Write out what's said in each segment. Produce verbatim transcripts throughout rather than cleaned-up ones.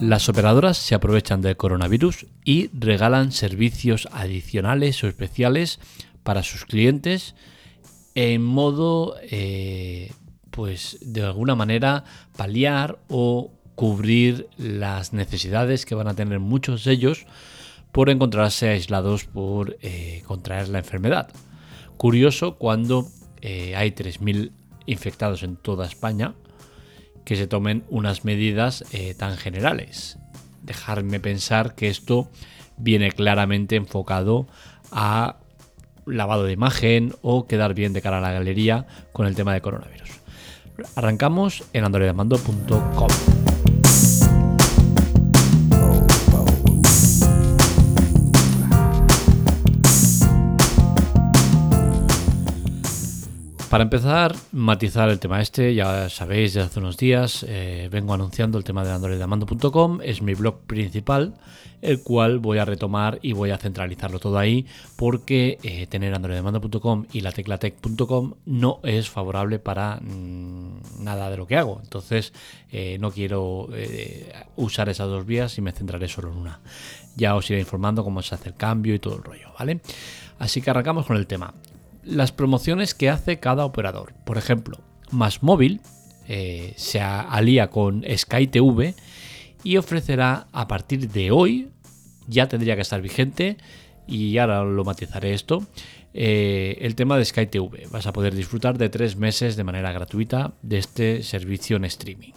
Las operadoras se aprovechan del coronavirus y regalan servicios adicionales o especiales para sus clientes en modo, eh, pues de alguna manera, paliar o cubrir las necesidades que van a tener muchos de ellos por encontrarse aislados por eh, contraer la enfermedad. Curioso cuando eh, hay tres mil infectados en toda España que se tomen unas medidas eh, tan generales. Dejarme pensar que esto viene claramente enfocado a lavado de imagen o quedar bien de cara a la galería con el tema de coronavirus. Arrancamos en android amando punto com. Para empezar, matizar el tema este, ya sabéis, desde hace unos días eh, vengo anunciando el tema de android amando punto com, es mi blog principal, el cual voy a retomar y voy a centralizarlo todo ahí, porque eh, tener android amando punto com y la tecla tech punto com no es favorable para mmm, nada de lo que hago. Entonces eh, no quiero eh, usar esas dos vías y me centraré solo en una. Ya os iré informando cómo se hace el cambio y todo el rollo, ¿vale? Así que arrancamos con el tema. Las promociones que hace cada operador. Por ejemplo, MásMóvil eh, se alía con Sky T V y ofrecerá a partir de hoy, ya tendría que estar vigente y ahora lo matizaré esto, eh, el tema de Sky T V. Vas a poder disfrutar de tres meses de manera gratuita de este servicio en streaming.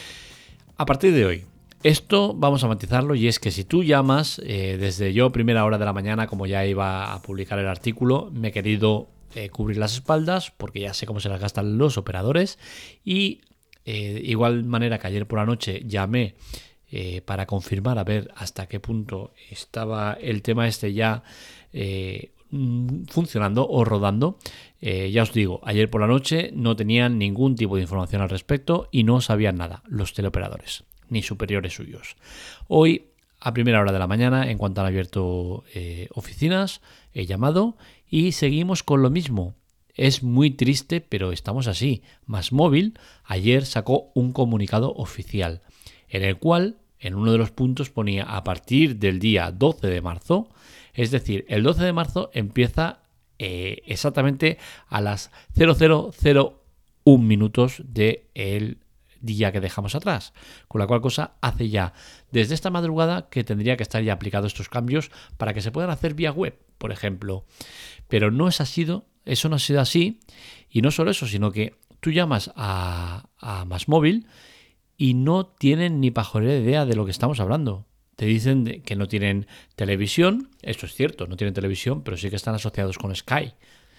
A partir de hoy, esto vamos a matizarlo, y es que si tú llamas eh, desde yo primera hora de la mañana, como ya iba a publicar el artículo, me he querido eh, cubrir las espaldas porque ya sé cómo se las gastan los operadores, y eh, de igual manera que ayer por la noche llamé eh, para confirmar a ver hasta qué punto estaba el tema este ya eh, funcionando o rodando. Eh, ya os digo, ayer por la noche no tenían ningún tipo de información al respecto y no sabían nada los teleoperadores ni superiores suyos. Hoy, a primera hora de la mañana, en cuanto han abierto eh, oficinas, he llamado y seguimos con lo mismo. Es muy triste, pero estamos así. MásMóvil ayer sacó un comunicado oficial, en el cual, en uno de los puntos ponía a partir del día doce de marzo, es decir, el doce de marzo empieza eh, exactamente a las cero cero cero uno minutos de el día que dejamos atrás, con la cual cosa hace ya desde esta madrugada que tendría que estar ya aplicados estos cambios para que se puedan hacer vía web, por ejemplo. Pero no es así, eso no ha sido así, y no solo eso, sino que tú llamas a, a MásMóvil y no tienen ni pajolera idea de lo que estamos hablando. Te dicen que no tienen televisión, esto es cierto, no tienen televisión, pero sí que están asociados con Sky.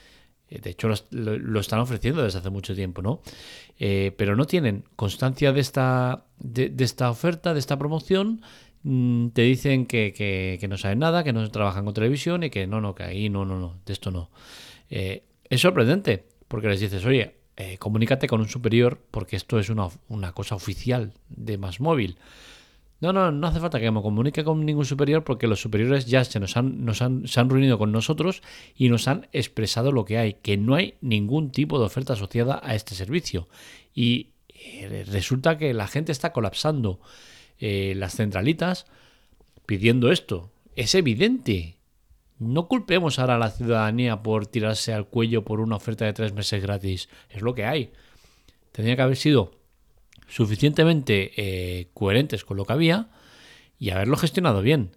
De hecho, lo, lo están ofreciendo desde hace mucho tiempo, ¿no? Eh, pero no tienen constancia de esta, de, de esta oferta, de esta promoción. Mm, te dicen que, que, que no saben nada, que no trabajan con televisión y que no, no, que ahí no, no, no, de esto no. Eh, es sorprendente, porque les dices, oye, eh, comunícate con un superior porque esto es una, una cosa oficial de MásMóvil. No, no, no hace falta que me comunique con ningún superior porque los superiores ya se nos han, nos han, se han reunido con nosotros y nos han expresado lo que hay, que no hay ningún tipo de oferta asociada a este servicio. Y eh, resulta que la gente está colapsando eh, las centralitas pidiendo esto. Es evidente. No culpemos ahora a la ciudadanía por tirarse al cuello por una oferta de tres meses gratis. Es lo que hay. Tendría que haber sido suficientemente eh, coherentes con lo que había y haberlo gestionado bien.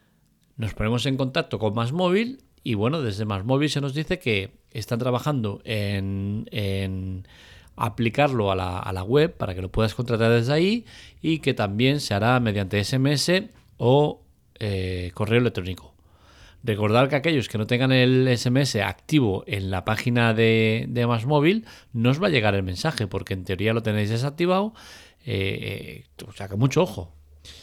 Nos ponemos en contacto con MásMóvil y bueno, desde MásMóvil se nos dice que están trabajando en, en aplicarlo a la, a la web para que lo puedas contratar desde ahí y que también se hará mediante ese eme ese o eh, correo electrónico. Recordad que aquellos que no tengan el ese eme ese activo en la página de, de MásMóvil no os va a llegar el mensaje porque en teoría lo tenéis desactivado, eh, eh, o sea que mucho ojo.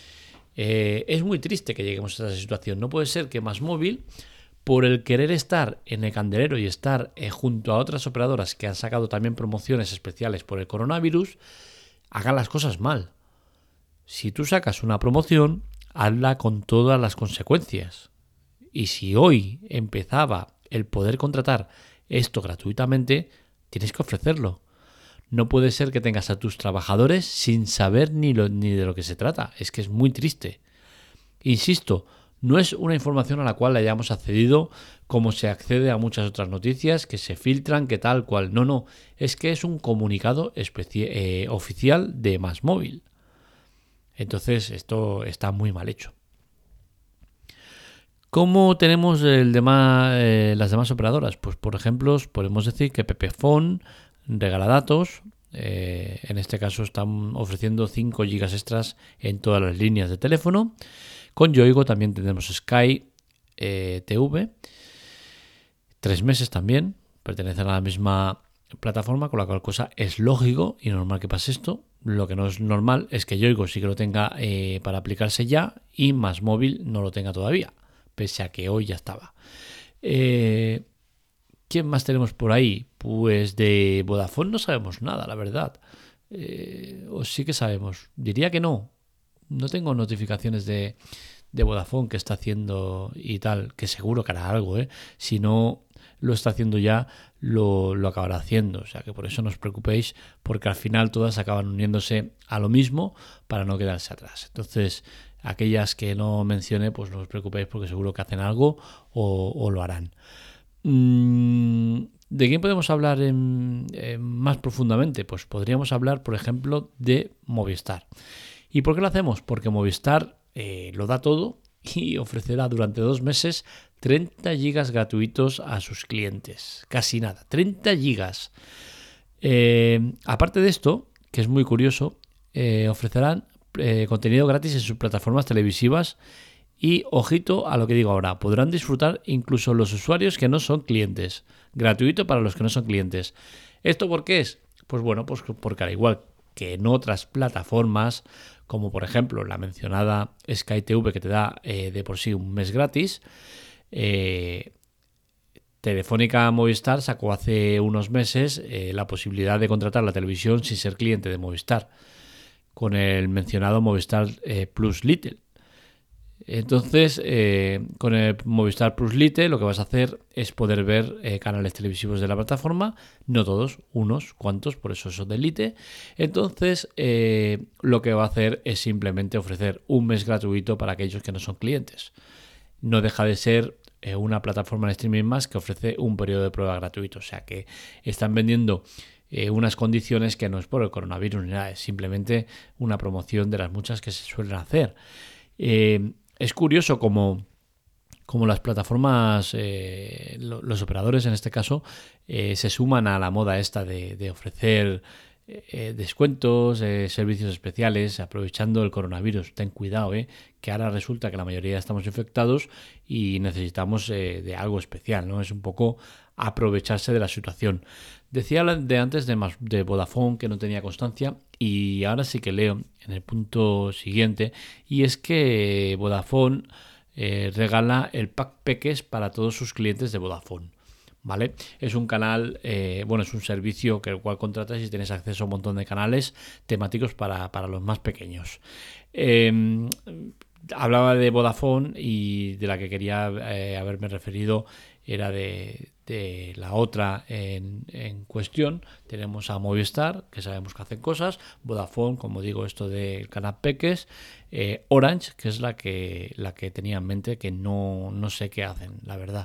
Eh, es muy triste que lleguemos a esa situación. No puede ser que MásMóvil, por el querer estar en el candelero y estar eh, junto a otras operadoras que han sacado también promociones especiales por el coronavirus, hagan las cosas mal. Si tú sacas una promoción, hazla con todas las consecuencias. Y si hoy empezaba el poder contratar esto gratuitamente, tienes que ofrecerlo. No puede ser que tengas a tus trabajadores sin saber ni, lo, ni de lo que se trata. Es que es muy triste. Insisto, no es una información a la cual hayamos accedido como se accede a muchas otras noticias que se filtran, que tal cual. No, no. Es que es un comunicado especi- eh, oficial de MásMóvil. Entonces esto está muy mal hecho. ¿Cómo tenemos el demás, eh, las demás operadoras? Pues por ejemplo, podemos decir que Pepephone regala datos. Eh, en este caso están ofreciendo cinco gigas extras en todas las líneas de teléfono. Con Yoigo también tenemos Sky eh, T V. Tres meses también. Pertenecen a la misma plataforma, con la cual cosa es lógico y normal que pase esto. Lo que no es normal es que Yoigo sí que lo tenga eh, para aplicarse ya y MásMóvil no lo tenga todavía, pese a que hoy ya estaba. Eh, ¿Quién más tenemos por ahí? Pues de Vodafone no sabemos nada, la verdad. Eh, o sí que sabemos. Diría que no. No tengo notificaciones de, de Vodafone que está haciendo y tal, que seguro que hará algo, ¿eh? Si no lo está haciendo ya, lo, lo acabará haciendo. O sea que por eso no os preocupéis, porque al final todas acaban uniéndose a lo mismo para no quedarse atrás. Entonces, aquellas que no mencione, pues no os preocupéis porque seguro que hacen algo o, o lo harán. ¿De quién podemos hablar en, en más profundamente? Pues podríamos hablar, por ejemplo, de Movistar. ¿Y por qué lo hacemos? Porque Movistar eh, lo da todo y ofrecerá durante dos meses treinta gigas gratuitos a sus clientes. Casi nada, treinta gigas. Eh, aparte de esto, que es muy curioso, eh, ofrecerán eh, contenido gratis en sus plataformas televisivas. Y ojito a lo que digo ahora, podrán disfrutar incluso los usuarios que no son clientes. Gratuito para los que no son clientes. ¿Esto por qué es? Pues bueno, pues porque al igual que en otras plataformas, como por ejemplo la mencionada Sky T V que te da eh, de por sí un mes gratis, eh, Telefónica Movistar sacó hace unos meses eh, la posibilidad de contratar la televisión sin ser cliente de Movistar, con el mencionado Movistar eh, Plus Lite. Entonces, eh, con el Movistar Plus Lite lo que vas a hacer es poder ver eh, canales televisivos de la plataforma, no todos, unos cuantos, por eso son de Lite. Entonces, eh, lo que va a hacer es simplemente ofrecer un mes gratuito para aquellos que no son clientes. No deja de ser eh, una plataforma de streaming más que ofrece un periodo de prueba gratuito, o sea que están vendiendo eh, unas condiciones que no es por el coronavirus ni nada, es simplemente una promoción de las muchas que se suelen hacer. Eh, Es curioso como, como las plataformas, eh, lo, los operadores en este caso, eh, se suman a la moda esta de, de ofrecer eh, descuentos, eh, servicios especiales, aprovechando el coronavirus. Ten cuidado, eh, que ahora resulta que la mayoría estamos infectados y necesitamos eh, de algo especial, ¿no? Es un poco aprovecharse de la situación. Decía de antes de, de Vodafone que no tenía constancia y ahora sí que leo en el punto siguiente, y es que Vodafone eh, regala el pack Peques para todos sus clientes de Vodafone. ¿Vale? Es un canal, eh, bueno, es un servicio que el cual contratas y tienes acceso a un montón de canales temáticos para, para los más pequeños. Eh, hablaba de Vodafone y de la que quería eh, haberme referido era de, de la otra en, en cuestión. Tenemos a Movistar, que sabemos que hacen cosas, Vodafone, como digo, esto del canal Peques, eh, Orange, que es la que la que tenía en mente, que no, no sé qué hacen, la verdad.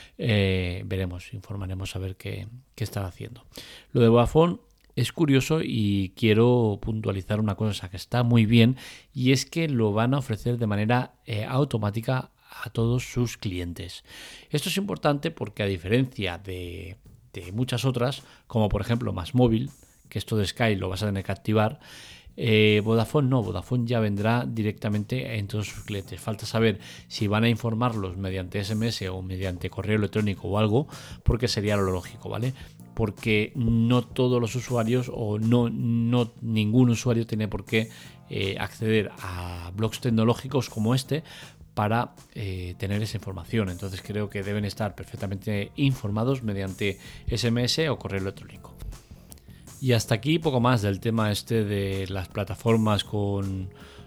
Eh, veremos, informaremos a ver qué, qué están haciendo. Lo de Vodafone es curioso y quiero puntualizar una cosa que está muy bien, y es que lo van a ofrecer de manera eh, automática a todos sus clientes. Esto es importante porque, a diferencia de, de muchas otras, como por ejemplo MásMóvil, que esto de Sky lo vas a tener que activar, eh, Vodafone no, Vodafone ya vendrá directamente en todos sus clientes. Falta saber si van a informarlos mediante S M S o mediante correo electrónico o algo, porque sería lo lógico, ¿vale? Porque no todos los usuarios o no, no ningún usuario tiene por qué eh, acceder a blogs tecnológicos como este para eh, tener esa información. Entonces creo que deben estar perfectamente informados mediante S M S o correo electrónico. Y hasta aquí poco más del tema este de las plataformas con,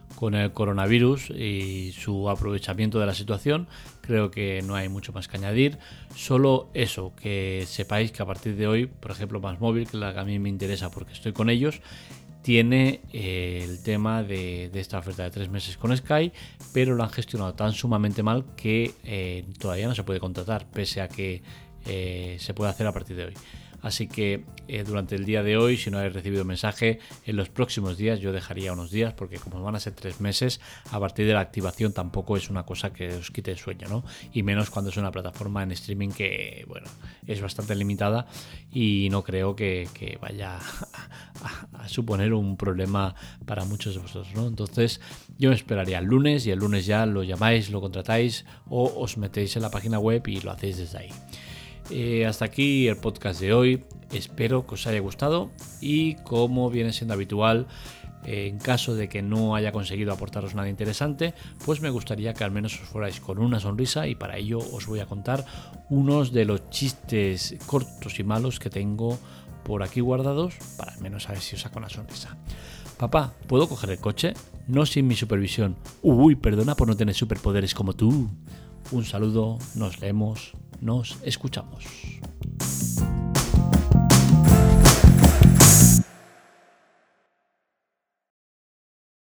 con el coronavirus y su aprovechamiento de la situación. Creo que no hay mucho más que añadir. Solo eso, que sepáis que a partir de hoy, por ejemplo, MásMóvil, que es la que a mí me interesa porque estoy con ellos, tiene eh, el tema de, de esta oferta de tres meses con Sky, pero lo han gestionado tan sumamente mal que eh, todavía no se puede contratar, pese a que eh, se puede hacer a partir de hoy. Así que eh, durante el día de hoy, si no habéis recibido mensaje, en los próximos días yo dejaría unos días, porque como van a ser tres meses, a partir de la activación tampoco es una cosa que os quite el sueño, ¿no? Y menos cuando es una plataforma en streaming que, bueno, es bastante limitada y no creo que, que vaya a, a, a suponer un problema para muchos de vosotros, ¿no? Entonces yo me esperaría el lunes y el lunes ya lo llamáis, lo contratáis o os metéis en la página web y lo hacéis desde ahí. Eh, hasta aquí el podcast de hoy, espero que os haya gustado y como viene siendo habitual, eh, en caso de que no haya conseguido aportaros nada interesante, pues me gustaría que al menos os fuerais con una sonrisa y para ello os voy a contar unos de los chistes cortos y malos que tengo por aquí guardados para al menos saber si os saco una sonrisa. Papá, ¿puedo coger el coche? No sin mi supervisión. Uy, perdona por no tener superpoderes como tú. Un saludo, nos leemos, nos escuchamos.